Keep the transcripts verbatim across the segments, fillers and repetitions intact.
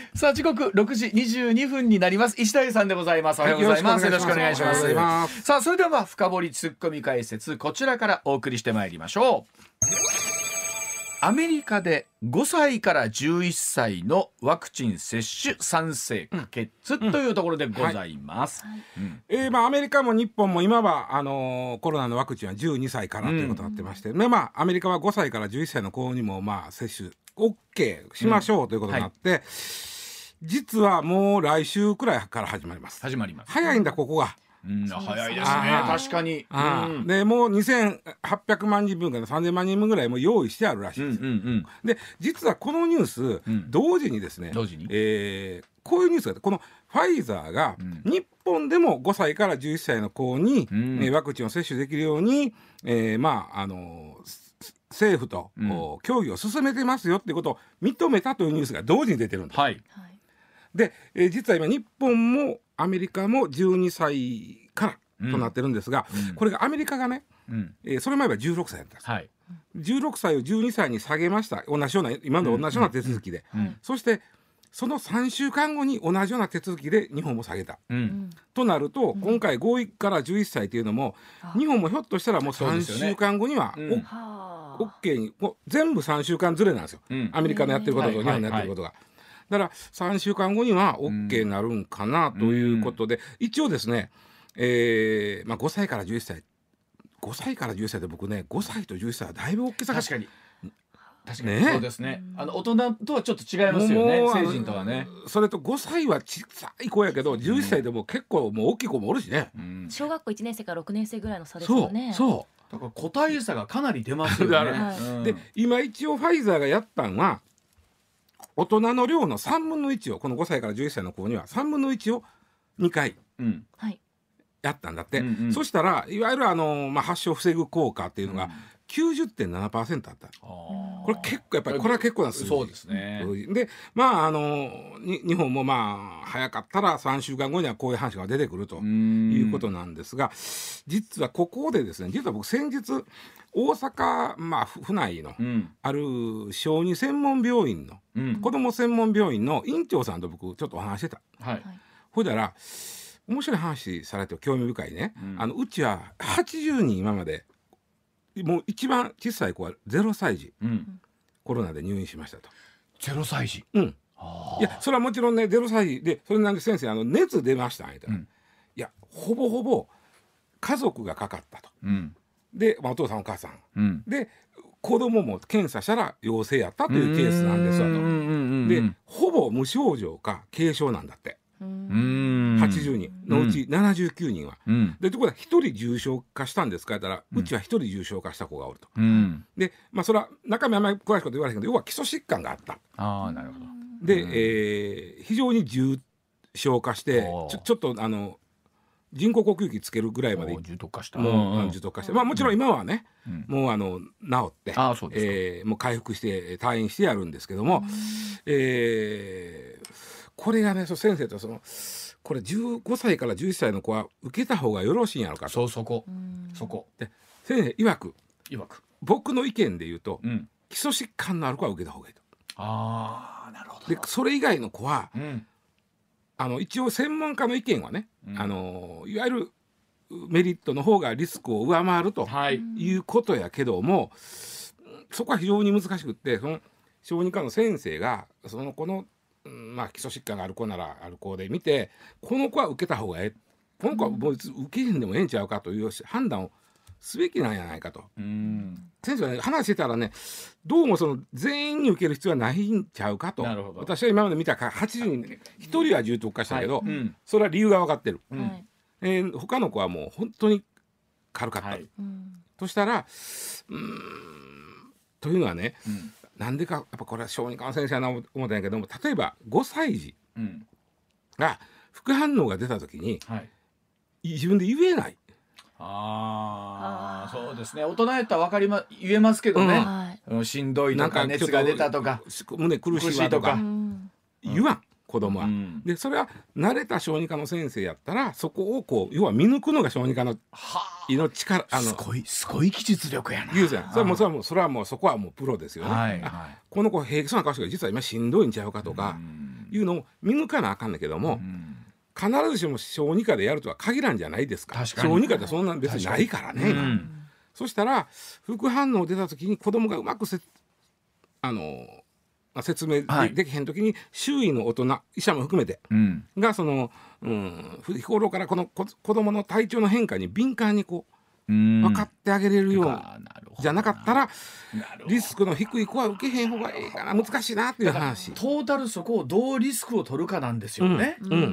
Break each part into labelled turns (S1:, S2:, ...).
S1: さあ時刻ろくじにじゅうにふんになります。石田さんでございます。おはようございます。よろしくお願いします。ますさあそれでは深掘りツッコミ解説、こちらからお送りしてまいりましょう。アメリカでごさいからじゅういっさいのワクチン接種賛成可決、うん、というところでございます。
S2: アメリカも日本も今はあのー、コロナのワクチンはじゅうにさいからということになってまして、うん、まあ、アメリカはごさいからじゅういっさいの子にもまあ接種 OK しましょうということになって、うん、はい、実はもう来週くらいから始まります。
S1: 始まります。
S2: 早いんだここが。
S1: うん、早いですね。確かに、
S2: うん、でもうにせんはっぴゃくまんにんぶんからさんぜんまんにんぶんぐらいも用意してあるらしいです、うんうんうん、で実はこのニュース、うん、同時にですね、
S1: 同時に、
S2: えー、こういうニュースがあって、このファイザーが日本でもごさいからじゅういっさいの子に、うん、えー、ワクチンを接種できるように、えー、まああの政府と、うん、協議を進めてますよっていうことを認めたというニュースが同時に出てるんです、はい、で、えー、実は今日本もアメリカもじゅうにさいからとなってるんですが、うん、これがアメリカがね、うん、えー、それ前はじゅうろくさいだったんです、はい、じゅうろくさいをじゅうにさいに下げました。同じような今の同じような手続きで、うんうんうん、そしてそのさんしゅうかんごに同じような手続きで日本も下げた、うん、となると、うん、今回ごいからじゅういっさいというのも、うん、日本もひょっとしたらもうさんしゅうかんごには、ね、うん、OK にもう全部さんしゅうかんずれなんですよ、うん、アメリカのやってることと日本のやってることが、はいはいはい、だからさんしゅうかんごには OK になるんかなということで、うん、一応ですね、えーまあ、ごさいからじゅういっさいごさいからじゅういっさいで僕ね、ごさいとじゅういっさいはだいぶ大きさが
S1: 確かに確かに、ね、そうですね、あの大人とはちょっと違いますよね、成人とはね。
S2: それとごさいは小さい子やけど、じゅういっさいでも結構もう大きい子もおるしね、うん、
S3: 小学校いちねんせいからろくねんせいぐらいの差ですよね。
S2: そうそう
S1: だから個体差がかなり出ますよね、はい、
S2: うん、で今一応ファイザーがやったんは大人の量のさんぶんのいちをこのごさいからじゅういっさいの子にはさんぶんのいちをにかい、うん、はいやったんだって、うんうん、そしたらいわゆるあの、まあ、発症を防ぐ効果っていうのが きゅうじゅってんななパーセント あった、うん、これ結構やっぱりこれは結構な数字。
S1: そうですね。
S2: でまああの日本もまあ早かったらさんしゅうかんごにはこういう話が出てくるということなんですが、実はここでですね、実は僕先日大阪、まあ、府内のある小児専門病院の、うん、子ども専門病院の院長さんと僕ちょっとお話してた、はい、ほいだら面白い話されて興味深いね、うん、あのうちははちじゅうにん今までもう一番小さい子はゼロさいじ、うん、コロナで入院しましたと。
S1: ゼロさいじ、
S2: うん、いやそれはもちろんねゼロさいじで、それなんで先生あの熱出ましたみたいな、うん、いやほぼほぼ家族がかかったと、うん、で、まあ、お父さんお母さん、うん、で子供も検査したら陽性やったというケースなんですわと。でほぼ無症状か軽症なんだって。はちじゅうにんのうちななじゅうきゅうにんは、うん、でところがひとり重症化したんですかって言ったら、うん、うちはひとり重症化した子がおると、うん、でまあそれは中身あんまり詳しいこと言われへんけど、要は基礎疾患があった。
S1: あ、なるほど。
S2: で、うん、えー、非常に重症化してちょ、ちょっとあの人工呼吸器つけるぐらいまで
S1: 重篤化した。
S2: もう重篤化して、まあ、もちろん今はね、うん、もうあの治って、
S1: あ、そうですか、
S2: えー、もう回復して退院してやるんですけども、うん、えーこれがね、そ先生とそのこれじゅうごさいからじゅういっさいの子は受けた方がよろしいんやろかと。
S1: そうそこそこ
S2: で先生曰く
S1: 曰く
S2: 僕の意見で言うと、うん、基礎疾患のある子は受けた方がいいと。
S1: ああ、なるほど。
S2: でそれ以外の子は、うん、あの一応専門家の意見はね、うん、あのいわゆるメリットの方がリスクを上回ると、はい、いうことやけども、そこは非常に難しくって、その小児科の先生がその子のまあ、基礎疾患がある子ならある子で見て、この子は受けた方がええ、この子はもう受けへんでもええんちゃうかという判断をすべきなんやないかと。うん、先生はね話してたらね、どうもその全員に受ける必要はないんちゃうかと。私は今まで見たかはちじゅうにんでひとりは重篤化したけど、はい、うん、それは理由が分かってる、うん、えー、他の子はもう本当に軽かった、はい、としたらうーんというのはね、うん、なんでかやっぱこれは小児科の先生やな思ったんやけども、例えばごさいじが副反応が出た時に、はい、自分で言えない。
S1: ああ、そうですね。大人やったら分かりま言えますけどね、うん、しんどいとか熱が出たとか
S2: 胸苦しいわとか言わん子供は、うん、でそれは慣れた小児科の先生やったらそこをこう要は見抜くのが小児科の胃の力、あの
S1: すごいすごい技術力やな。
S2: 言うじゃん。それはもうそれはもうそれはもうそこはもうプロですよね、はいはい、この子平気そうな顔してるけど実は今しんどいんちゃうかとか、 いうのを見抜かなあかんねんけども、うん、必ずしも小児科でやるとは限らんじゃないですか。
S1: 確かに
S2: 小児科ってそんな別にないからね、今、うん、そしたら副反応出た時に子供がうまくせあの説明 で,、はい、できへん時に周囲の大人医者も含めて、うん、がその、うん、日頃からこの子供の体調の変化に敏感にこう分かってあげれるようじゃなかったらリスクの低い子は受けへん方がいいかな、難しいなっていう話。
S1: トータルそこをどうリスクを取るかなんですよね。
S2: うんうんうん、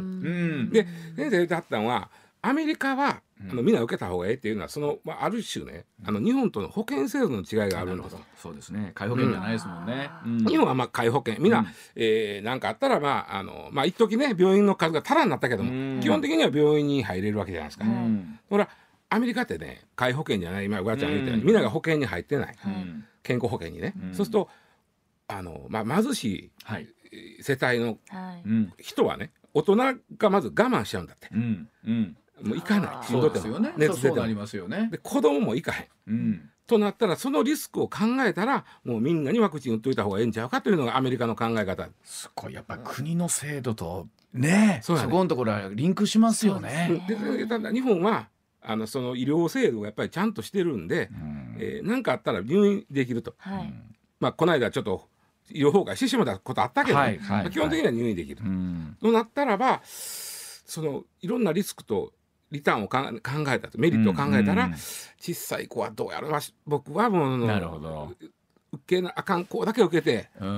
S2: で先生言ってはったのはアメリカはあのみんな受けた方がいいっていうのはその、まあ、ある種ねあの日本との保険制度の違いがあるんです。
S1: そうですね、皆保険じゃないですもんね、
S2: うん、日本はまあ皆保険みんな、うんえー、なんかあったらまああのまあ一時ね病院の数が足らんなったけども、うん、基本的には病院に入れるわけじゃないですか、うん、ほらアメリカってね皆保険じゃない今おばあちゃん言ったように、うん、みんなが保険に入ってない、うん、健康保険にね、うん、そうするとあの、まあ、貧しい世帯の人はね大人がまず我慢しちゃうんだって、うんうんもう行かない。
S1: そうですよね。熱出てもなりますよね。
S2: で子供も行かへん、うん、となったらそのリスクを考えたらもうみんなにワクチン打っといた方がいいんちゃうかというのがアメリカの考え方。
S1: すごいやっぱり国の制度とねそこのところはリンクしますよね。
S2: ででただ日本はあのその医療制度がやっぱりちゃんとしてるんで、うんえー、なんかあったら入院できると、はいまあ、この間ちょっと医療崩壊してしまったことあったけど、はいはいまあ、基本的には入院できる、はい、となったらばそのいろんなリスクとリターンを考えたとメリットを考えたら、うんうん、小さい子はどうやら僕はもうなるほど受けなあかん子だけ受けて、うん、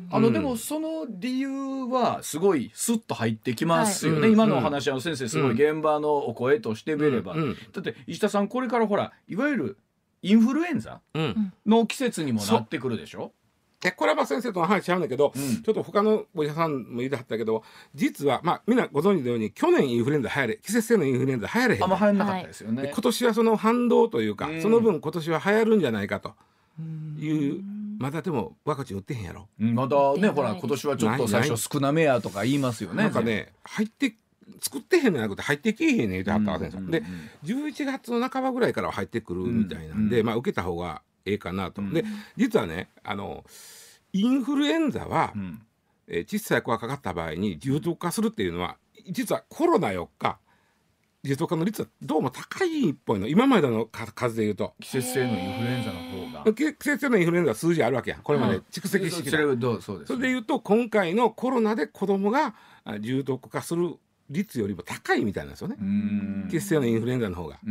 S1: あのでもその理由はすごいスッと入ってきますよね、はい、今のお話は先生すごい現場のお声としてみれば、うんうん、だって石田さんこれからほらいわゆるインフルエンザの季節にもなってくるでしょ。
S2: えこれは先生との話しちゃうんだけど、うん、ちょっと他のお医者さんも言ってはったけど実はまあみんなご存知のように去年インフルエンザ流行れ季節性のインフルエンザ流行れへん
S1: あんま流行んなかったですよね、
S2: はい、今年はその反動というか、うん、その分今年は流行るんじゃないかというまだでもワクチン打ってへんやろ、
S1: うん、まだねほら今年はちょっと最初少なめやとか言いますよね。
S2: なんかね入って作ってへんのじゃなくて入ってきへんねん言ってはったわけですよ、うんうんうん、でじゅういちがつの半ばぐらいからは入ってくるみたいなんで、うんうん、まあ受けた方がええかなと、うん、で実はねあのインフルエンザは、うんえー、小さい子がかかった場合に重篤化するっていうのは実はコロナよっか重篤化の率はどうも高いっぽいの今までの数でいうと
S1: 季節性のインフルエンザの方が
S2: 季節性のインフルエンザは数字あるわけやんこれまで蓄積してきた、うん、それそうです、ね、それでいうと今回のコロナで子供が重篤化する率よりも高いみたいなんですよね。うん季節性のインフルエンザの方が、うん、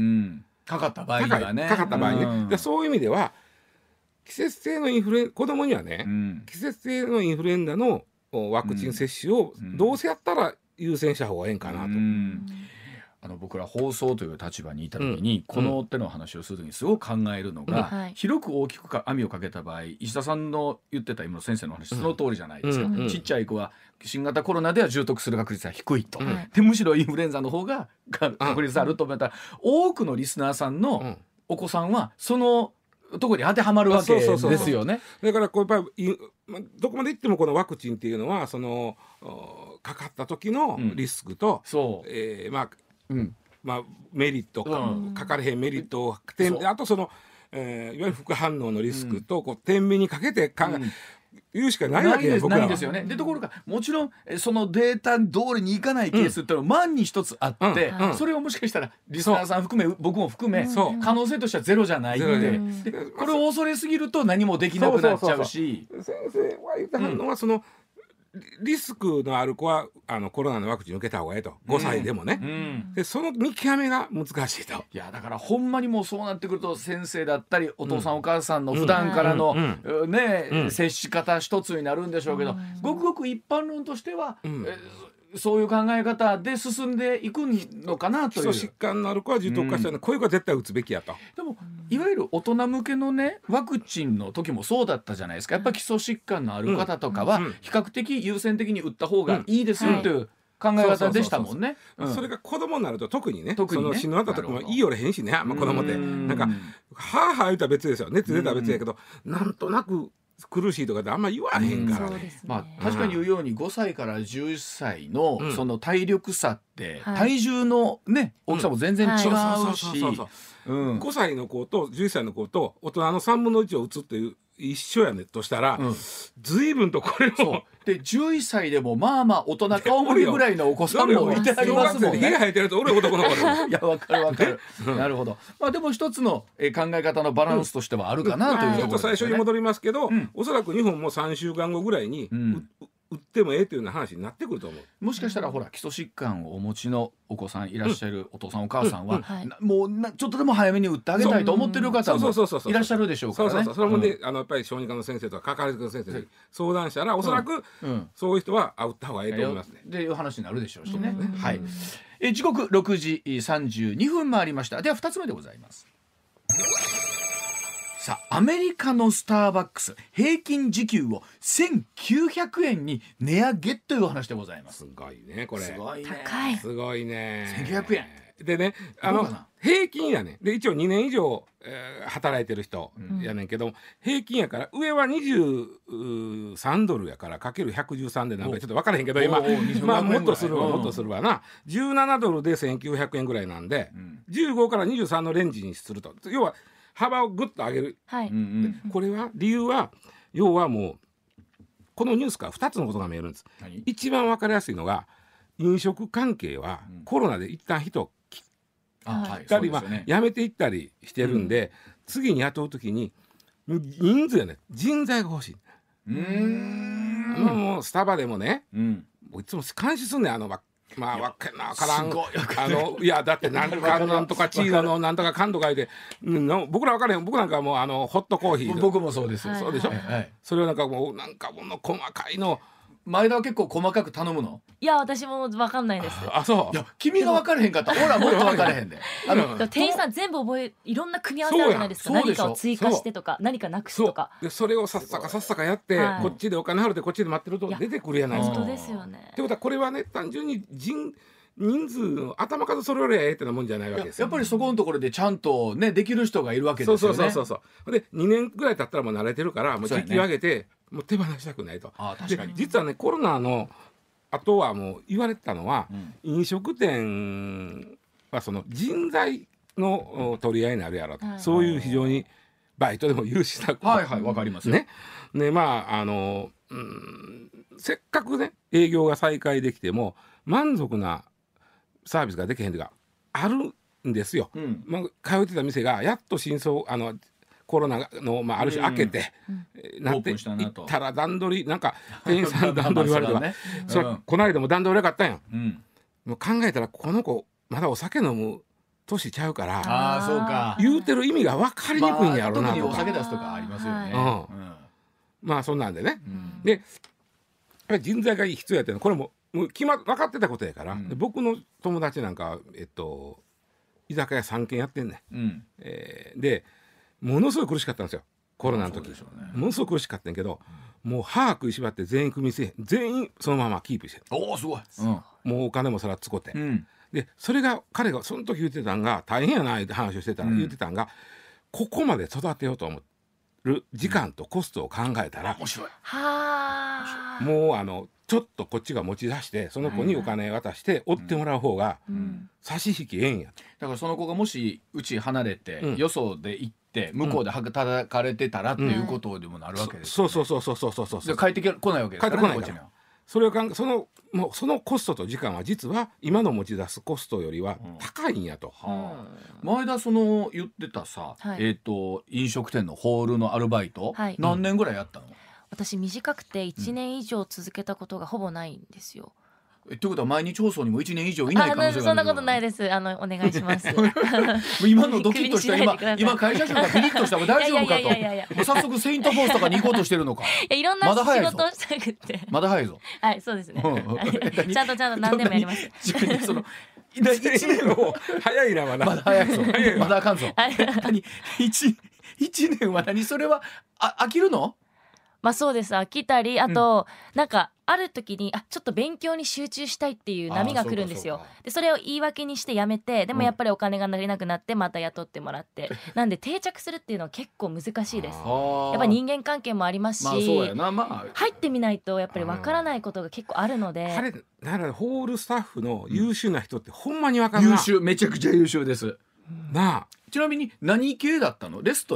S1: かかった場合にはね
S2: かかった場合にね、うん、でそういう意味では季節性のインフルエン子供にはね、うん、季節性のインフルエンザのワクチン接種をどうせやったら優先した方がいいんかなと、うんうん
S1: あの僕ら放送という立場にいた時に、うん、この手の話をする時にすごく考えるのが、うん、広く大きくか網をかけた場合石田さんの言ってた今の先生の話その通りじゃないですか、うん、ちっちゃい子は新型コロナでは重篤する確率は低いと、うん、でむしろインフルエンザの方が確率あると思ったら、うん、多くのリスナーさんのお子さんはそのところに当てはまるわけですよね。
S2: だからこうやっぱりどこまでいってもこのワクチンっていうのはそのかかった時のリスクと、うんそうえー、まあうんまあ、メリットか、うん、かかれへんメリットをあとその、えー、いわゆる副反応のリスクとこう天秤にかけて考え、うん言うしかないわけ
S1: です。ないですよね。でところがもちろんそのデータ通りにいかないケースっていうのは万に一つあって、うんうん、それをもしかしたらリスナーさん含め僕も含め可能性としてはゼロじゃないんで、うん、でこれを恐れすぎると何もできなくなっちゃうし。
S2: 先生は言ったのはその、うんリスクのある子はあのコロナのワクチン受けた方がいいとごさいでもね、うんうん、でその見極めが難しいと。
S1: いやだからほんまにもうそうなってくると先生だったりお父さん、うん、お母さんの普段からの、うんうん、ね、うん、接し方一つになるんでしょうけど、うん、ごくごく一般論としては、うんえそういう考え方で進んでいくのかなという。
S2: 基礎疾患のある子は重篤化したら、うん、こういう子は絶対打つべきやと。
S1: でもいわゆる大人向けのねワクチンの時もそうだったじゃないですか。やっぱり基礎疾患のある方とかは比較的優先的に打った方がいいですよという考え方でしたもんね。
S2: それが子供になると特にね、特にねその死のあった時もいいよれへんしね、まあ、子供ってなんかはあはあ言ったら別ですよ、熱出たら別やけどなんとなく苦しいとかってあんま言わへんからね。
S1: まあ確かに言うようにごさいからじゅっさいのその体力差って体重のね大きさも全然違うし、
S2: ごさいの子とじゅっさいの子と大人のさんぶんのいちを打つっていう一緒やねとしたら、
S1: うん、
S2: 随分とこれも
S1: でじゅういっさいでもまあまあ大人顔負けぐらいのお子さんもいてありますもんね。
S2: ひげ生えてると俺男の子
S1: いやわかるわかる、なるほど。まあでも一つのえ考え方のバランスとしてはあるかなというところですよね。
S2: ちょっと最初に戻りますけど、
S1: うん、
S2: おそらく日本もさんしゅうかんごぐらいに、うん、売ってもええというような話になってくると思う。
S1: もしかしたらほら基礎疾患をお持ちのお子さんいらっしゃるお父さんお母さんは、
S3: うん、
S1: もうなちょっとでも早めに売ってあげたいと思ってる方もいらっしゃるでしょうからね。
S2: そうそうそう、それもね、あのやっぱり小児科の先生とかかかりつけの先生に相談したら、おそらく、うん、そういう人は売った方がいいと思いますね。
S1: でいう話になるでしょうしね。はい。え時刻ろくじさんじゅうにふん回りました。ではふたつめでございます。さあアメリカのスターバックス平均時給をせんきゅうひゃくえんに値上げという話でございます。
S2: すごいねこれ。
S1: すごいね。
S3: 高い。
S2: すごいね。
S1: せんきゅうひゃくえんで
S2: ね、あの平均やね。で一応にねん以上、えー、働いてる人やねんけど、うん、平均やから上はにじゅうさんドルやからかけるひゃくじゅうさんでなんかちょっと分からへんけど今まあもっとするわもっとするわなじゅうななドルでせんきゅうひゃくえんぐらいなんで、うん、じゅうごからにじゅうさんのレンジにすると要は幅をぐっと上げる、
S3: はい、
S2: これは理由は要はもうこのニュースからふたつのことが見えるんです。一番分かりやすいのが飲食関係はコロナで一旦人切ったり、まあ、辞めていったりしてるんで、うん、次に雇う時に人数やね人材が欲しい。うーんもうスタバでもね、うん、いつも監視すんねんあのまあわけなわからんあのいやだってなんかなんとかチーズのなんとかかんとか言って僕ら分からへん僕なんかもうあのホットコーヒー
S1: 僕もそうですよ。
S2: そうでしょ、はいはい、それをなんかもうなんかもの細かいの
S1: 前田は結構細かく頼むの？
S3: いや私も分かんないです。
S2: あそう。
S1: いや君が分からへんかったら俺はもっと分からへんで。
S3: あの店員さん全部覚えいろんな組み合わせあるじゃないですか。何かを追加してとか何かなくすとか。
S2: でそれをさっさかさっさかやって、はい、こっちでお金払ってこっちで待ってると出てくるやないですか。
S3: 本当ですよね。
S2: ってことはこれはね単純に人人数の頭数それよりはええってなもんじゃないわけですよ。
S1: やっぱりそこのところでちゃんとねできる人がいるわけですよね。
S2: そうそうそうそうでにねんぐらい経ったらもう慣れてるからもう時給上げて、ね、もう手放したくないと。
S1: あ確かに。
S2: 実はねコロナの後はもう言われてたのは、うん、飲食店はその人材の取り合いになるやろと、はい、そういう非常にバイトでも優秀な
S1: はいはいわかります
S2: ね。ねまああの、うん、せっかくね営業が再開できても満足なサービスができへんというかあるんですよ、うんまあ、通ってた店がやっと真相あのコロナの、まあ、ある種開けて、うん、なっていったら段取りなんか店員さん段取り悪いとかね、それこの間も段取り悪かったんや、うん、もう考えたらこの子まだお酒飲む年ちゃうから
S1: あそうか
S2: 言うてる意味が分かりにくいんやろうなとか、まあ、特に
S1: お酒出すとかありますよね、うんうん、
S2: まあそんなんでね、うん、でやっぱり人材が必要やってるのこれももう決ま分かってたことやから、うん、で僕の友達なんかえっと居酒屋さんけんやってんねん、うんえー、でものすごい苦しかったんですよコロナの時、ね、ものすごく苦しかったんやけど、うん、もう歯食いしばって全員組みせ全員そのままキープして
S1: おおすごい、
S2: うん、もうお金もそらつこて、うん、でそれが彼がその時言ってたんが大変やなって話をしてたら、うん、言ってたんがここまで育てようと思る時間とコストを考えたら、
S1: 面白い
S3: は
S2: もうあのちょっとこっちが持ち出してその子にお金渡して追ってもらう方が差し引きええんや、
S1: だからその子がもしうち離れて、うん、よそで行って向こうで働かれてたらっていうことでもなるわけですよね、うん、そうそうそうそうそうそうそう
S2: 帰
S1: ってこないわけですからね。帰ってこないから
S2: それを考えそのもうそのコストと時間は実は今の持ち出すコストよりは高いんやと、
S1: うんはあ、前田その言ってたさ、はいえー、と飲食店のホールのアルバイト、はい、何年ぐらいやったの？
S3: 私短くていちねん以上続けたことがほぼないんですよ。
S1: えということは毎日放送にもいちねん以上いない可能性がある。
S3: そんなことないです。あのお願いします
S1: 今のドキッとした今今会社長がピリッとしたら大丈夫かといやいやいやいやいや早速セイントフォースとかに行こうとしてるのかい
S3: やいろんな仕事をしたくて
S1: まだ早いぞ
S3: はいそうですねちゃんとちゃんと何でもやります
S1: そのいちねんを
S2: 早いなまだ
S1: まだ早いぞまだあかんぞいちねんは何それはあ飽きるの？
S3: まあそうです飽きたりあと、うん、なんかある時にあちょっと勉強に集中したいっていう波が来るんですよ。でそれを言い訳にしてやめてでもやっぱりお金が足りなくなってまた雇ってもらって、うん、なんで定着するっていうのは結構難しいです。やっぱり人間関係もありますし、まあそうやな、まあ、入ってみないとやっぱりわからないことが結構あるので、
S2: あれだからホールスタッフの優秀な人ってほんまにわかるな、
S1: 優秀めちゃくちゃ優秀です、
S2: なあ
S1: ちなみに何系だったの？レストラン？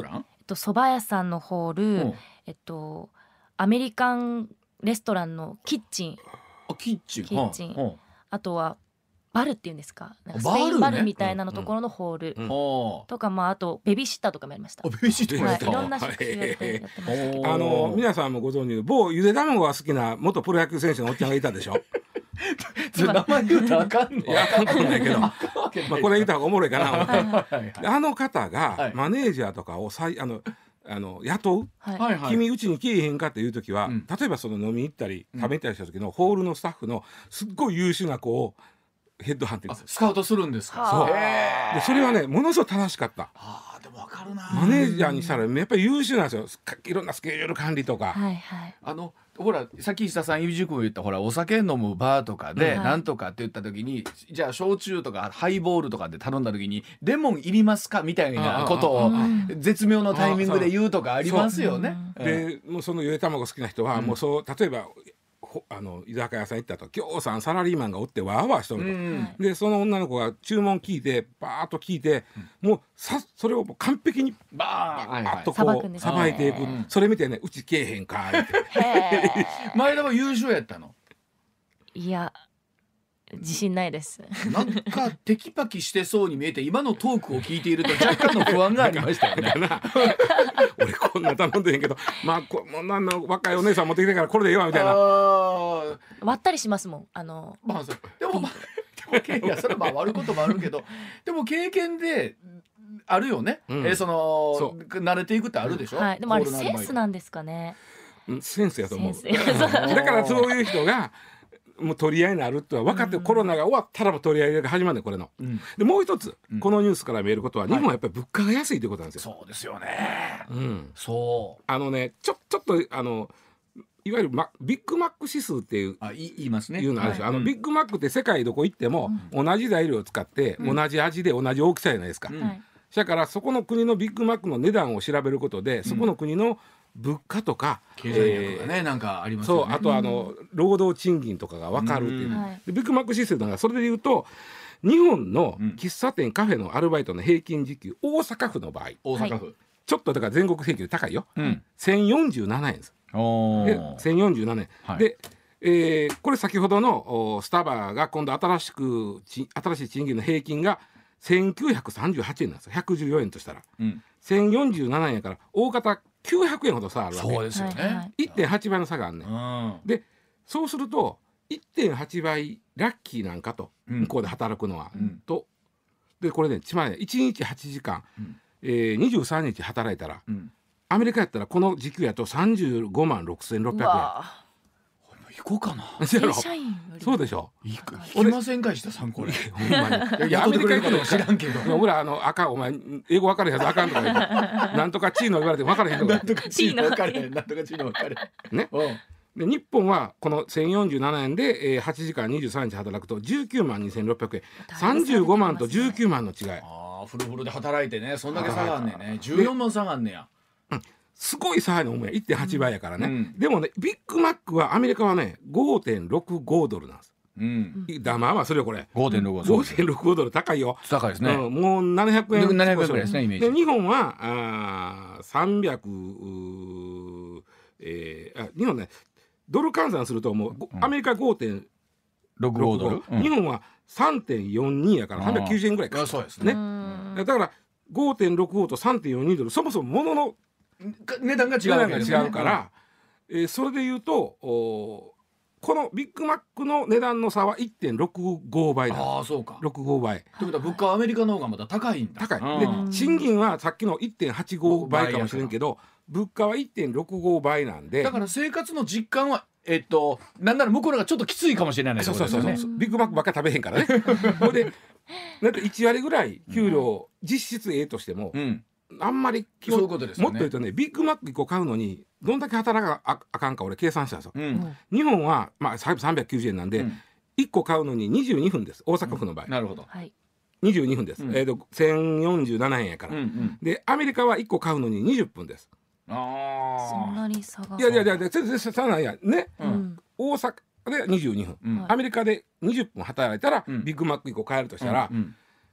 S3: と蕎麦屋さんのホール、
S1: うん
S3: えっとアメリカンレストランのキッチン、
S1: あキッチン
S3: キッチン
S1: うんうん
S3: あとはバルっていうんですか、なんかス
S1: バルね
S3: ペインバルみたいなのところのホール、
S2: うん
S1: は
S3: とか、まあ、あとベビーシッターとかもやりました。
S1: あベビーシッター
S3: はい、
S1: やった
S3: いろんな職種やってやってました。
S2: あの皆さんもご存知の某ゆで卵が好きな元プロ野球選手のおっちゃんがいたでしょ。
S1: それ名前言うとあかんの
S2: いやわかんないけど、ま
S1: あかんわけない
S2: あこれ言った方がおもろいかな思って
S3: はいはい
S1: はいはい
S2: あの方
S1: は
S2: が
S1: い
S2: マネージャーとかをさいあのあの雇う、
S3: はい
S1: はいはい
S2: 君うちに来えへんかっていう時は、
S1: うん
S2: 例えばその飲み行ったり
S1: うん
S2: 食べに行ったりした時のホールのスタッフのすっごい優秀な子をヘッドハンティン
S1: あ
S2: グする。
S1: スカウトするんですか。
S3: はあ
S1: へー
S2: でそれはねものすごく楽しかった。
S1: あーでもわかるな。
S2: マネージャーにしたらやっぱり優秀なんですよ。かいろんなスケジュール管理とか、
S3: はいはい
S1: あのほらさっき石田さん、ゆうじくんも言ったほらお酒飲むバーとかで
S3: うん
S1: なんとかって言った時に、じゃあ焼酎とかハイボールとかで頼んだ時にレモンいりますかみたいなことを
S3: うん
S1: 絶妙のタイミングで言うとかありますよね。うん
S2: でもうそのゆで卵好きな人は、
S1: うん
S2: もうそう例えばほあの居酒屋さん行ったとぎょうさんサラリーマンがおってわーわーしとると、
S1: うん
S2: でその女の子が注文聞いてバーッと聞いて、もうさそれをもう完璧に
S1: バーンはいはい
S2: バーッとこう
S3: さばくんですね
S2: さばいていく、
S1: うん
S2: それ見てねうちけえへんかーって
S3: へ
S1: 前田は優秀やったの。
S3: ーいや自信ないです。
S1: なんかテキパキしてそうに見えて今のトークを聞いていると若干の不安がありましたよね。
S2: 俺こんな頼んでへんけどまあこもうなんの若いお姉さん持ってきたからこれでええわみたいな。
S1: あー
S3: 割ったりしますもん。あの
S1: まあそうでもまあでもいやそれはまあ悪いこともあるけどでも経験であるよね、
S2: うん
S1: えーその
S2: そ
S1: 慣れていくってあるでしょ、
S3: はい、でもあれ
S1: コールのアルバイト
S3: センスなんですかね。
S2: うんセンスやと思う。
S3: センス
S2: だからそういう人がもう取り合いになるってのは分かって、
S3: うん
S2: コロナが終わったらもう取り合いが始まるねこれの。
S1: うん
S2: でもう一つ、
S1: うん
S2: このニュースから見えることは日本はやっぱり物価が安いということなんですよ。
S1: そうですよね
S2: うん、
S1: そう
S2: あのねちょちょっとあのいわゆる、ま、ビッグマック指数っていう
S1: あい言いますね
S2: いうのあるでしょ、
S1: はいうん
S2: あのビッグマックって世界どこ行っても同じ材料を使って、
S1: うん
S2: 同じ味で同じ大きさじゃないですか、
S1: うん
S3: はい
S2: だからそこの国のビッグマックの値段を調べることで、そこの国の物価とか、
S1: 経済力がね、なんかありますよね。
S2: そうあとあの、労働賃金とかが分かるっていう、
S1: うん
S3: はい
S2: でビッグマック指数だからそれで言うと日本の
S1: うん
S2: 喫茶店カフェのアルバイトの平均時給大阪府の場合
S1: 大阪府、
S2: ちょっとだから全国平均より高いよ、
S1: うん
S2: せんよんじゅうななえんです。
S1: お
S2: で
S1: ー
S2: せんよんじゅうななえん、
S1: はい
S2: で、えーこれ先ほどのおスタバが今度新しくち新しい賃金の平均がせんきゅうひゃくさんじゅうはちえんなんですよ。ひゃくじゅうよえんとしたら
S1: うん、
S2: せんよんじゅうななえんやから大方きゅうひゃくえんほど差あるわけ。
S1: そうですよね、
S3: はいはい
S2: いってんはちばいの差があるね、
S1: うん
S2: でそうすると いってんはちばいラッキーなんかと、
S1: うん
S2: 向こうで働くのは、
S1: うん
S2: とでこれねつまりねいちにちはちじかん、
S1: うん
S2: えー、にじゅうさんにち働いたら
S1: うん、
S2: アメリカやったらこの時給やとさんじゅうごまんろくせんろっぴゃくえん。
S3: わあ
S1: 行こうかな。
S2: そうやろ
S3: 正社員より
S2: そうでしょ。
S1: 行く行きませんか石田さんこれ。
S2: ほんまに
S1: いや雇ってくれるかどうか知らんけど。
S2: 俺らあのあかんお前英語分かるやつあかんとか言ってなんとかチーノ言われて分からへんとか
S1: なんとかチーノ分かれへん、なんとかチーノ分かれへん。
S2: ね
S1: うん。
S2: で日本はこのせんよんじゅうななえんで、えー、はちじかんにじゅうさんにち働くとじゅうきゅうまんにせんろっぴゃくえんさんじゅうごまんとじゅうきゅうまんの違い
S1: ああ、フルフルで働いてね、そんだけ差があんねんね。じゅうよんまん差があんねや。
S2: すごい差やの思うや いってんはちばいやからね、
S1: うん
S2: でもねビッグマックはアメリカはね ごてんろくごドルなんです
S1: うん。
S2: だまあまあそれよこれ
S1: ごてんろくは
S2: ごてんろくごドル高いよ、
S1: 高いですね。
S2: うん、もうななひゃくえん
S1: ななひゃくえんぐらいですねイメージ
S2: で日本はあーさんびゃくうーえー、あ日本ねドル換算するともう、ご
S1: うん
S2: アメリカごてん
S1: ろくごドル。
S2: ろくご、日本は さんてんよんに やからはっぴゃくきゅうじゅうえんぐらいか
S1: あそうです
S2: ね
S1: ね。
S2: だから ごてんろくご と さんてんよんに ドルそもそも物の
S1: 値段が違
S2: 値段が
S1: うわけですよね
S2: 違うから、えーそれで言うとおこのビッグマックの値段の差は いってんろくごばいなんです
S1: ああ、そうか。
S2: ろくごばい
S1: ということは物価はアメリカの方がまだ高いんだ。
S2: 高い、
S1: うん
S2: で賃金はさっきの いってんはちごばいかもしれんけど物価は いってんろくごばいなんで
S1: だから生活の実感はえっとなんなら向こうのがちょっときついかもしれないって
S2: そう
S1: ことですよね。
S2: そうそうそうビッグマックばっかり食べへんからねほいでだっていちわりぐらい給料実質ええとしても
S1: うん。
S2: あんまり気を
S1: そういうことですよね。
S2: もっと言うとねビッグマックいっこ買うのにどんだけ働かなああかんか俺計算したんですよ
S1: うん。
S2: 日本はまあさんびゃくきゅうじゅうえんなんで、
S1: うん
S2: いっこ買うのににじゅうにふんです大阪府の場合、
S1: なるほど。
S3: はい
S2: にじゅうにふんです、
S1: うん
S2: えー、とせんよんじゅうななえんやから、
S1: うんうん。
S2: でアメリカはいっこ買うのににじゅっぷんです
S3: そん
S1: あ
S3: なに差が
S2: いやいやいや全然差ないやね
S1: あ。
S3: う。ん
S2: 大阪でにじゅうにふん、
S1: うん
S3: はい
S2: アメリカでにじゅっぷん働いたら、
S1: うん
S2: ビッグマックいっこ買えるとしたら、
S1: うん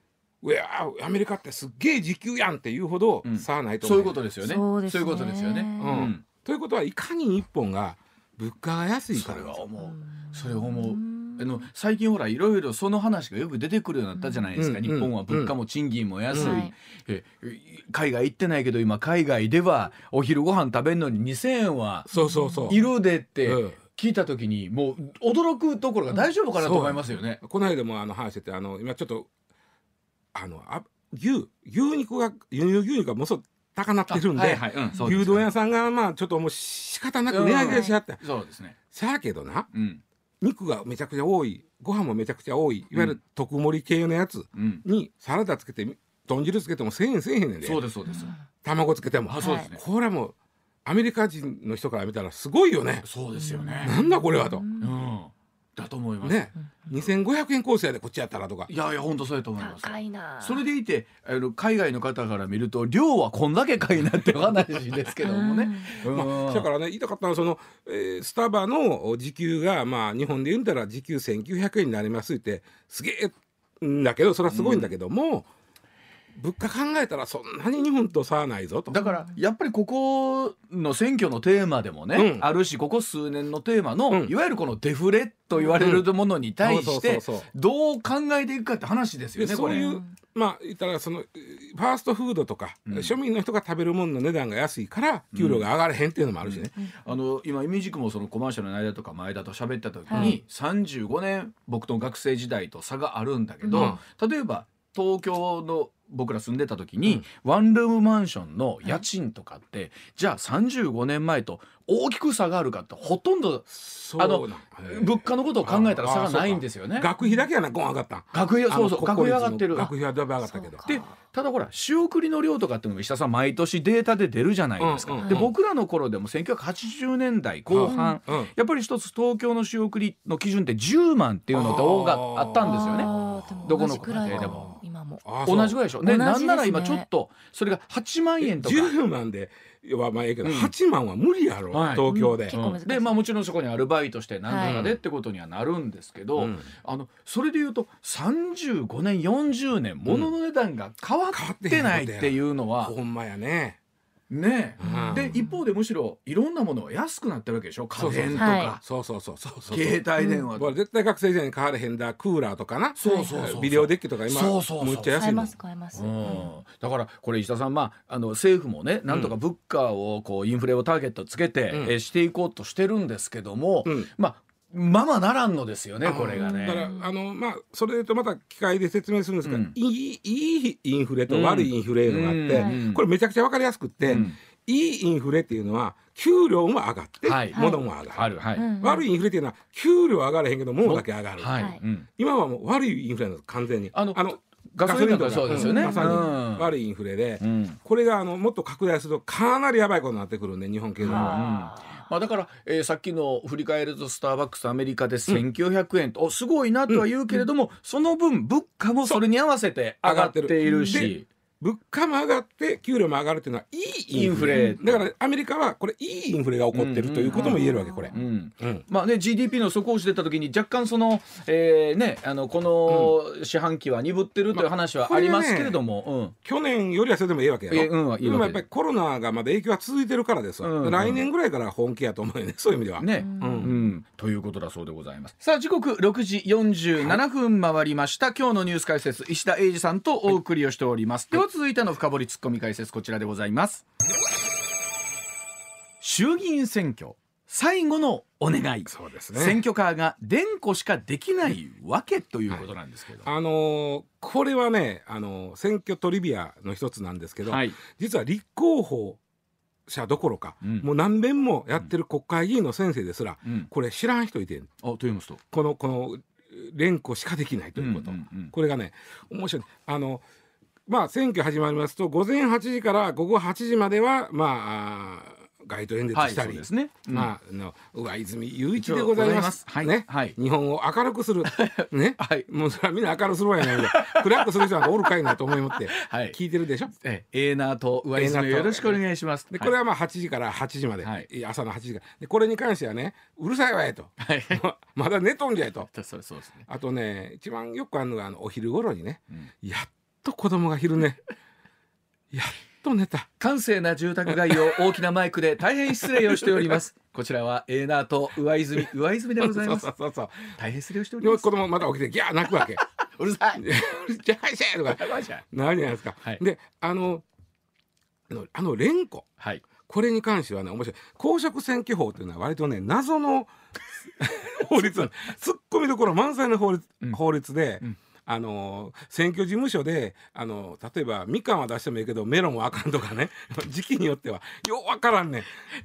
S2: うわアメリカってすっげえ時給やんっていうほど差はないと思う、
S1: そういうことですよね。
S3: そうですね。
S1: そういうことですよね。
S2: うんうん、ということはいかに日本が物価が安いから
S1: それは思う。それを思う。あの最近ほらいろいろその話がよく出てくるようになったじゃないですか、うん、日本は物価も賃金も安い、うん、え海外行ってないけど今海外ではお昼ご飯食べるのににせんえんはいるでって聞いた時にもう驚くところが大丈夫かなと思いますよね、
S2: うん、この間もあの話しててあの今ちょっとあのあ牛牛肉が輸入牛肉がもうそう高なってるんで、はいはいうん、牛丼屋さんがまあちょっともう仕方なく値上げしちゃって、
S1: うん、そうですね。
S2: さあけどな、うん肉がめちゃくちゃ多いご飯もめちゃくちゃ多いいわゆる特盛り系のやつにサラダつけて豚汁つけてもせんえんせえへんねんで。
S1: そうですそうです。
S2: 卵つけてもあそうです、ね、これはもうアメリカ人の人から見たらすごいよね。
S1: そうですよね。
S2: なんだこれはと、
S1: うんだと思います
S2: ね、にせんごひゃくえんコースやでこっちやったらとか。
S1: いやいや本当そうやと思います。
S3: 高いな。
S1: それでいてあの海外の方から見ると量はこんだけかいなって話ですけどもね、
S2: うんまあ、だからね言いたかったのはその、えー、スタバの時給が、まあ、日本で言ったら時給せんきゅうひゃくえんになりますってすげえんだけどそれはすごいんだけども、うん物価考えたらそんなに日本と差はないぞと。
S1: だからやっぱりここの選挙のテーマでもね、うん、あるしここ数年のテーマの、うん、いわゆるこのデフレと言われるものに対してどう考えていくかって話ですよね。
S2: そういうまあ言ったらそのファーストフードとか、うん、庶民の人が食べるものの値段が安いから給料が上がれへんっていうのもあるしね、
S1: うんうん、あの今イミジクもそのコマーシャルの間とか前だと喋った時に、はい、さんじゅうごねん僕と学生時代と差があるんだけど、うん、例えば東京の僕ら住んでた時に、うん、ワンルームマンションの家賃とかって、はい、じゃあさんじゅうごねんまえと大きく差があるかってほとんどあの物価のことを考えたら差がないんですよね。
S2: 学費だけやなゴン上がった。
S1: 学費そうそう学費上がってる。
S2: 学費はだいぶ上がったけど。
S1: でただほら仕送りの量とかっていうのも石田さん毎年データで出るじゃないですか、うんうんうん、で僕らの頃でもせんきゅうひゃくはちじゅうねんだいこう半、うんうん、やっぱり一つ東京の仕送りの基準ってじゅうまんっていうの動画あったんですよね。どこの家庭でも今も同じぐらいでしょ、ね、なんなら今ちょっとそれがはちまんえんとか
S2: じゅうまんではまあええけど、うん、はちまんは無理やろ、はい、東京で、
S1: うん、でまあもちろんそこにアルバイトして何とかでってことにはなるんですけど、はい、あのそれでいうとさんじゅうごねんよんじゅうねん物の値段が変わってないっていうのは、
S2: うん、ほんまやね
S1: ねえ、うん、で一方でむしろいろんなものが安くなってるわけでしょ。家電とか
S2: そうそうそうそうそう
S1: 携帯電話とか、
S2: うん、絶対学生時代に買われへんだクーラーとかな
S1: そうそうそう
S2: ビデオデッキとか今
S1: そうそうそう
S2: むっちゃ安いの。
S3: 買えます買えます、うん、
S1: だからこれ石田さん、まあ、あの政府もねなんとか物価をこうインフレをターゲットつけて、うん、えしていこうとしてるんですけども、うん、まあままならんのですよねこれがね。
S2: だからあのまあそれとまた機会で説明するんですが、うん、いいいいインフレと悪いインフレのがあって、うん、これめちゃくちゃ分かりやすくって、うん、いいインフレっていうのは給料も上がって、はい、物も上がる、はいはい、悪いインフレっていうのは給料上がれへんけど物だけ上がる、はいうん、今はもう悪いインフレなんです完全に。あのあの
S1: ガソリンとかそうですよね、
S2: うん、まさに悪いインフレで、うん、これがあのもっと拡大するとかなりやばいことになってくるんで日本経済は、うん
S1: まあ、だから、えー、さっきの振り返るとスターバックスアメリカでせんきゅうひゃくえんと、うん、おすごいなとは言うけれども、うん、その分物価もそれに合わせて上がっているし
S2: 物価も上がって給料も上がるっていうのはいいインフレだからアメリカはこれいいインフレが起こってるということも言えるわけこれ、うん
S1: うん、まあね ジーディーピー の底押し出た時に若干その、えーね、あのこの四半期は鈍ってるという話はありますけれども、まあねうん、
S2: 去年よりはそれでもいいわけやろ、えーうん、いいでもやっぱりコロナがまだ影響が続いてるからですわ、うんうん、来年ぐらいから本気やと思うよねそういう意味では
S1: ね、うんうん、ということだそうでございます。さあ時刻ろくじよんじゅうななふん回りました、はい、今日のニュース解説石田英二さんとお送りをしております、はい、では続いての深掘りツッコミ解説こちらでございます。衆議院選挙最後のお願い。
S2: そうですね、
S1: 選挙カーが連呼しかできないわけということなんですけど、
S2: はい、あのー、これはね、あのー、選挙トリビアの一つなんですけど、はい、実は立候補者どころか、うん、もう何遍もやってる国会議員の先生ですら、うん、これ知らん人いてん。
S1: あと言いますと
S2: このこの連呼しかできないということ、うんうんうん、これがね面白い。あのまあ、選挙始まりますと午前はちじから午後はちじまでは、まあ、街頭演説したり、はいねうんまあ、の上泉雄一でございます、はいねはい、日本を明るくする、ねはい、もうそれはみんな明るくするわけないけど暗くする人なんかおるかいなと思いもって聞いてるでしょ、はい、
S1: えー、なーと上泉よろしくお願いします。
S2: でこれはまあはちじからはちじまで、はい、朝のはちじからでこれに関してはねうるさいわよと、はい、まだ寝とんじゃいとそうそうです、ね、あとね一番よくあるのがあのお昼頃にね、うん、やっと子供が昼寝やっと寝た。
S1: 閑静な住宅街を大きなマイクで大変失礼をしておりますこちらはエーナーと上泉上泉でございます。
S2: そうそうそう
S1: 大変失礼をしております。
S2: 子供また起きてギャー泣くわけ
S1: うるさい
S2: じゃあ返せとかなるじゃないですか、
S1: はい、
S2: であのあのあの連呼、
S1: はい、
S2: これに関してはね面白い。公職選挙法というのは割とね謎の法律ツッコミどころ満載の法律、うん、法律で、うん、あの選挙事務所であの例えばみかんは出してもいいけどメロンはあかんとかね時期によってはようわからんね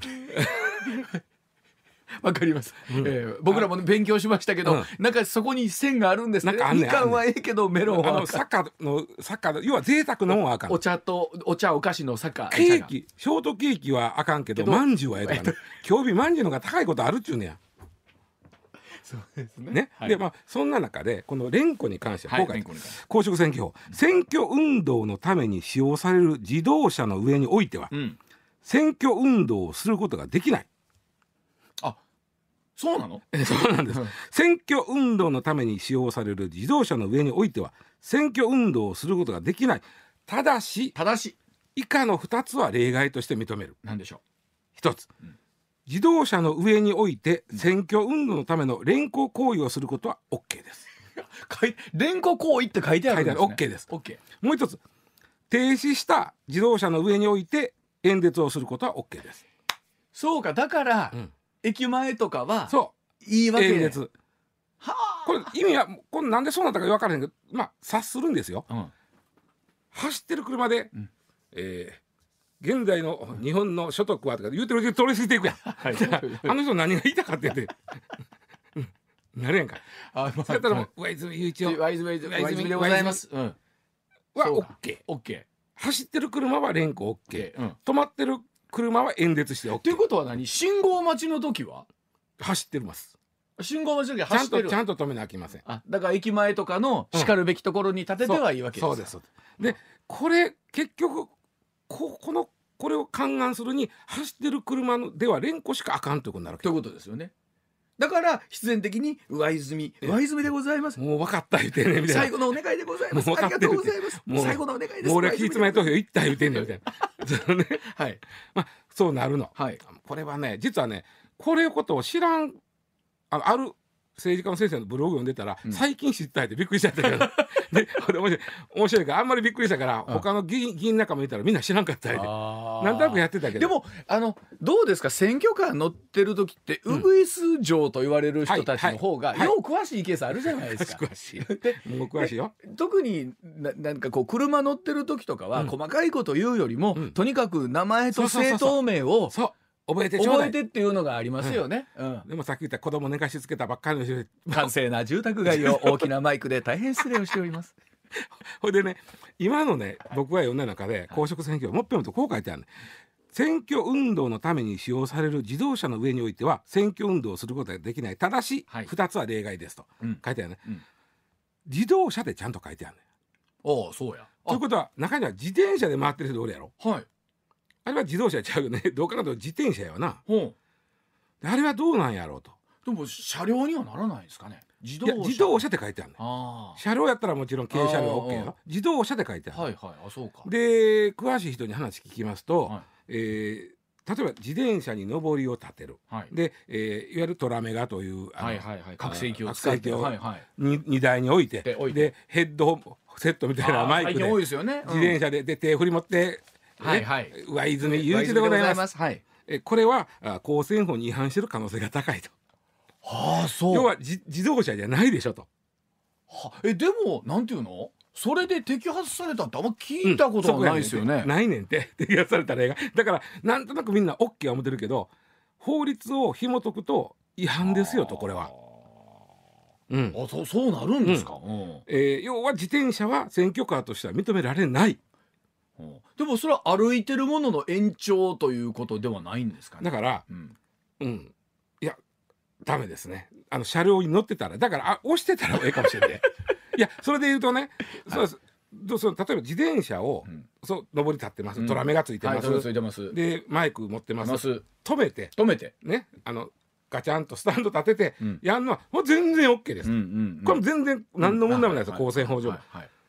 S1: わかります、うん、えー、僕らも勉強しましたけど、うん、なんかそこに線があるんですね。
S2: なんかあんねん、
S1: みかんはええけどメロンはあかん。
S2: あの坂の坂要は贅沢のもんはあかん。
S1: お茶とお茶お菓子の坂
S2: ケーキショートケーキはあかんけどまんじゅうはええとかね今日日まんじゅうの方が高いことあるっちゅうねや。
S1: そうですね。
S2: ね、
S1: はい、
S2: でまあそんな中でこの連呼に関しては今回、
S1: はい、
S2: 公職選挙法、うん、選挙運動のために使用される自動車の上においては、うん、選挙運動をすることができない。
S1: あ、そうなの？
S2: そうなんです、うん、選挙運動のために使用される自動車の上においては選挙運動をすることができない。ただした
S1: だし
S2: 以下のふたつは例外として認める。
S1: 何でしょう。
S2: ひとつ、うん、自動車の上において選挙運動のための連行行為をすることは OK です。
S1: 連行行為って書いてあるんですね。
S2: OK です。
S1: OK。
S2: もう一つ、停止した自動車の上において演説をすることは OK です。
S1: そうか、だから、うん、駅前とかは
S2: そう
S1: いいわけで
S2: 演説はあ。これ意味はこれなんでそうなったか分からへんけど、まあ察するんですよ、うん、走ってる車で、うん、えー現在の日本の所得はとか言うてるうちに通り過ぎていくやん、はい、あの人何が言いたかってってなるやんか。あ、まあ、それったらもう上泉雄一を
S1: 上泉上泉でございます、うん、
S2: は OK。
S1: OK。
S2: 走ってる車は連行 OK、うん、止まってる車は演説して OK。
S1: ということは何、信号待ちの時は
S2: 走ってます。
S1: 信号待ちの時は走ってる。
S2: ちゃんとちゃんと止めなきゃいけません。
S1: あ、だから駅前とかのしかるべきところに立ててはいいわけです、
S2: うん、そうです。でこれ結局こ, このこれを勘案するに走ってる車では連呼しかあかんということになる
S1: ということですよね。だから必然的に上泉上泉でございます、
S2: もう分かった言うてんねんみたいな、
S1: 最後のお願いでございます、ありがとうございます、もう最後のお願いです、
S2: もう俺は期日前投票行った言うてんねんみたいなね、はい、まあそうなるの、はい、これはね実はねこれいうことを知らん あ, ある政治家の先生のブログ読んでたら、うん、最近知ったってびっくりしちゃったけどでこれ面白い面白いからあんまりびっくりしたから、うん、他の議員議員仲間いたらみんな知らんかったりでなんとなくやってたけど、
S1: でもあのどうですか、選挙カー乗ってる時ってウグイス嬢と言われる人たちの方が、よう詳しいケースあるじゃないですか。
S2: 詳しいでもう詳しいよ。
S1: 特に な, なんかこう車乗ってる時とかは、うん、細かいこと言うよりも、うん、とにかく名前と政党名を
S2: そう覚えてちょうだい、
S1: 覚えてっていうのがありますよね、うんうん、
S2: でもさっき言った子供寝かしつけたばっかりの人
S1: 閑静な住宅街を大きなマイクで大変失礼をしております
S2: ほいでね、今のね僕が読んだ中で公職選挙をもっぺんもとこう書いてあるね。選挙運動のために使用される自動車の上においては選挙運動をすることができない。ただし、はい、ふたつは例外ですと、うん、書いてあるね、うん、自動車でちゃんと書いてあるね。
S1: おお、そうや。
S2: ということは中には自転車で回ってる人おるやろ。
S1: はい。
S2: あれは自動車ちゃうよね。どうかなと自転車やわな。ほう。あれはどうなんやろうと。
S1: でも車両にはならないですかね。自動車。
S2: いや自動車って書いてあるね。あ、車両やったらもちろん軽車両 OK やろ。自動車で書いてある。
S1: はいはい。あ、そうか。
S2: で詳しい人に話聞きますと、はい、えー、例えば自転車に上りを立てる、はい、で、えー、いわゆるトラメガというあの、はいはいはい、
S1: 拡声器を使って、はいはい、
S2: 荷台に置いて、で, でヘッドセットみたいなマイクで、
S1: 多いですよね、うん、
S2: 自転車でで手振り持ってはいはい、上泉雄一でございます。はい、えこれは公選法に違反している可能性が高いと。はあ、そう。要は自動車じゃないでしょと。
S1: はえでもなんていうの、それで摘発されたってあんま聞いたことがないですよね。
S2: うん、ないねんって摘発された例が。だからなんとなくみんな OK は思ってるけど、法律を紐解くと違反ですよとこれは。
S1: うん、あ そ, そうなるんですか。うん、
S2: えー、要は自転車は選挙カーとしては認められない。
S1: でもそれは歩いてるものの延長ということではないんですかね。
S2: だから、うん、うん、いやダメですね。あの車両に乗ってたら、だからあ押してたらええかもしれない。いやそれで言うとね、はい、そうです。その例えば自転車を、うん、そう上り立ってます、うん、トラメがついてます、
S1: はい、ついてます。
S2: でマイク持ってます。止めて
S1: 止めて
S2: ね、あのガチャンとスタンド立てて、うん、やるのはもう全然 OK です、うんうんうん、これも全然何の問題もないです、公選法上も。はいはい、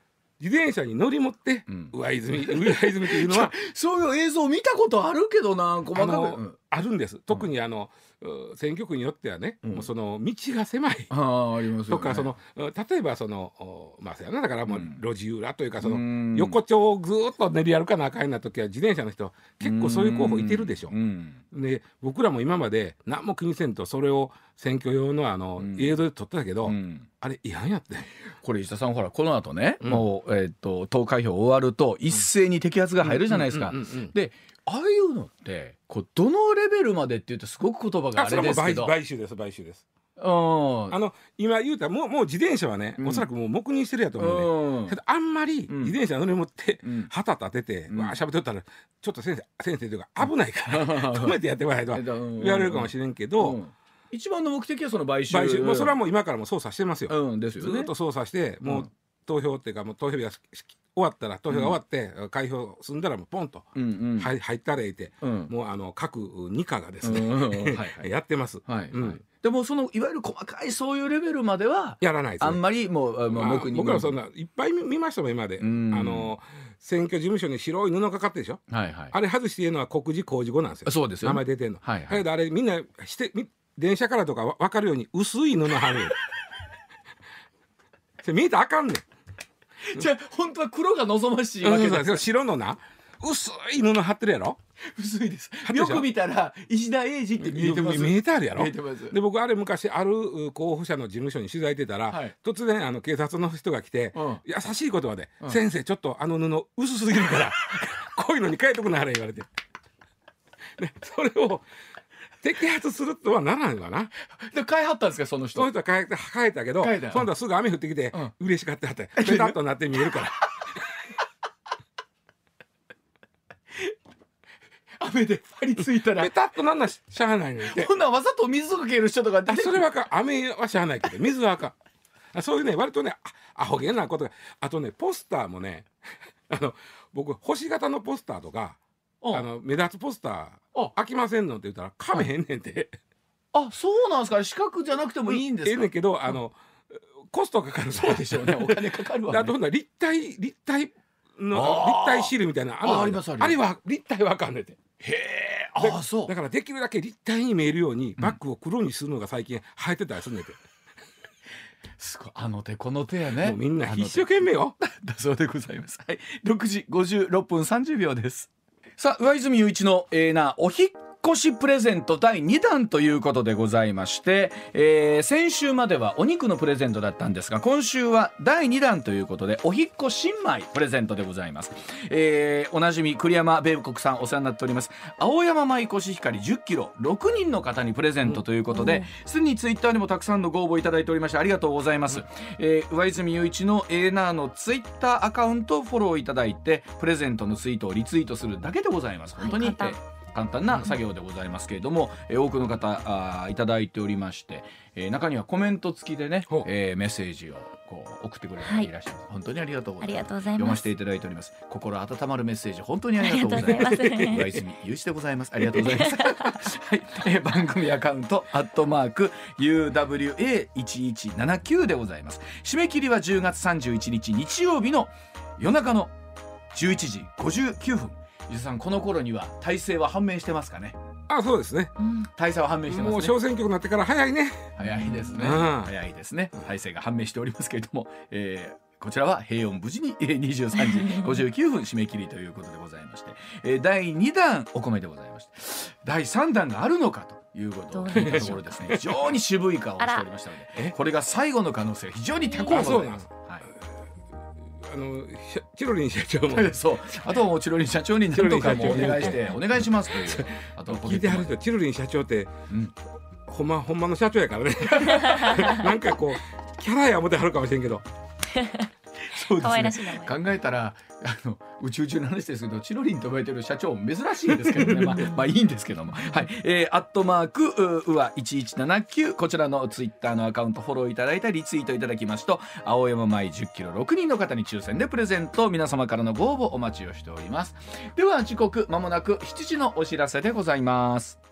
S2: 自転車に乗り持って、うん、上泉上泉というのは
S1: そういう映像見たことあるけどな、細かく
S2: あ, うん、あるんです。特にあの、うん、選挙区によってはね、うん、もうその道が狭い
S1: あありますよね、
S2: とかその例えばそのまあだからもう路地裏というか、その横丁をずっと練り歩かなあかんような時は自転車の人結構そういう候補いてるでしょ。で僕らも今まで何も気にせんとそれを選挙用のあの、うん、映像で撮ってたけど、うん、あれ違反やって。
S1: これ石田さんほらこの後ね、うん、もう、えー、と投開票終わると一斉に摘発が入るじゃないですか。でああいうのってこうどのレベルまでって言うとすごく言葉があれですけど、
S2: 買収です買収です。
S1: うん、
S2: あの今言うたらもう、もう自転車はね、うん、おそらくもう黙認してるやと思うね、うん、けどあんまり自転車乗り持って、うん、旗立てて、うん、わーしゃべってったらちょっと先生先生というか危ないから止めてやってもらえとは言われるかもしれんけど、うんうん、
S1: 一番の目的はその買収、
S2: 買収もうそれはもう今からもう捜査してますよ、
S1: うんですよね、
S2: ずっと捜査してもう投票っていうかもう投票日が終わったら投票が終わって、うん、開票済んだらもうポンと、うんうん、入, 入ったらいて、うん、もうあの各に課がですね、うんうんはいはい、やってます、はいうんはい、
S1: でもそのいわゆる細かいそういうレベルまでは
S2: やらないです、ね、
S1: あんまりもう、まあ、僕に
S2: 僕らそんないっぱい見ましたもん今まで、うん、あの選挙事務所に白い布かかってるでしょ、はいはい、あれ外して言うのは告示公示後なんですよ。
S1: そうですよ、ね、
S2: 名前出てんの、はいはい、だけどあれみんなして電車からとか分かるように薄い布貼る見えたらあかんねん
S1: じゃあ本当は黒が望ましいわけです。
S2: 白のな薄い布貼ってるやろ。
S1: 薄いです。よく見たら石田英二って見えてます。
S2: 見えてあるやろ。で僕あれ昔ある候補者の事務所に取材してたら、はい、突然あの警察の人が来て、うん、優しい言葉で、うん、先生ちょっとあの布薄すぎるからこういうのに変えとくなはれ言われてでそれを摘発するとはならんわな。
S1: で変えはったんですかその人。
S2: その人は変えた変えたけど、変えたその後はすぐ雨降ってきて、うん、嬉しかったってペタッとなって見えるから
S1: 雨で張り付いたら
S2: ペタッとなんなしゃあないねんて。
S1: ほんならわざと水かける人とか
S2: あそれはか雨はしゃあないけど水はかんそういうね割とねアホげなことが。あとねポスターもねあの僕星型のポスターとかあの目立つポスター飽きませんのって言ったらかめへんねんて。
S1: あそうなんですか。四角じゃなくてもいいんですか。
S2: ええねんけどあのコストかかる。
S1: そうでしょうねお金かかるわ、ね、
S2: あとほんなら立体立体の立体シールみたいな あ, あ, あ, りますあ, あれは立体はあかんねんて。
S1: へえあそう
S2: だからできるだけ立体に見えるようにバッグを黒にするのが最近流行ってたりするんねんて、うん、
S1: すごいあの手この手やね。
S2: もうみんな一生懸命よ
S1: だそうでございます、はい、ろくじごじゅうろっぷんさんじゅうびょうです。さあ上泉雄一のえーなお引越しプレゼントだいにだんということでございまして、えー、先週まではお肉のプレゼントだったんですが今週はだいにだんということでお引越し新米プレゼントでございます、えー、おなじみ栗山米国さんお世話になっております青山米コシヒカリじゅっキロろくにんの方にプレゼントということですでにツイッターにもたくさんのご応募いただいておりましてありがとうございます、うんえー、上泉雄一のエーナーのツイッターアカウントをフォローいただいてプレゼントのツイートをリツイートするだけでございます。本当に、はい、簡単な作業でございますけれども、うん、え多くの方あいただいておりまして、えー、中にはコメント付きでね、えー、メッセージをこう送ってくれる方いらっしゃいます、はい、本当にありがとうございます。読ませていただいております。心温まるメッセージ本当にありがとうございます上泉雄一でございます。ありがとうございます、はいえー、番組アカウントアットマーク ユーダブリューエーいちいちななきゅう でございます。締め切りはじゅうがつさんじゅういちにち日曜日の夜中のじゅういちじごじゅうきゅうふん。伊沢さんこの頃には体制は判明してますかね。
S2: あそうですね、
S1: うん、体制は判明してますね。
S2: もう小選挙になってから早いね。
S1: 早いですね、うん、早いですね。体制が判明しておりますけれども、えー、こちらは平穏無事ににじゅうさんじごじゅうきゅうふん締め切りということでございまして、えー、だいにだんお米でございましてだいさんだんがあるのかということを聞いたところですね非常に渋い顔をしておりましたのでこれが最後の可能性が非常に高いものでございます。
S2: あのチロリン社長も
S1: そうあとはもうチロリン社長に何とかもお願いしてお願いしますというあと
S2: 聞いてはる人チロリン社長って、うん、ほんまほんまの社長やからねなんかこうキャラや思ってはるかもしれんけど
S1: そうですね、考えたらあの宇宙中の話ですけどチロリンと呼ばれてる社長珍しいですけどねまあ、まあいいんですけどもはい、えー、アットマークうわいちいちななきゅうこちらのツイッターのアカウントフォローいただいたリツイートいただきますと青山米じゅっキロろくにんの方に抽選でプレゼント皆様からのご応募お待ちをしております。では時刻まもなくしちじのお知らせでございます。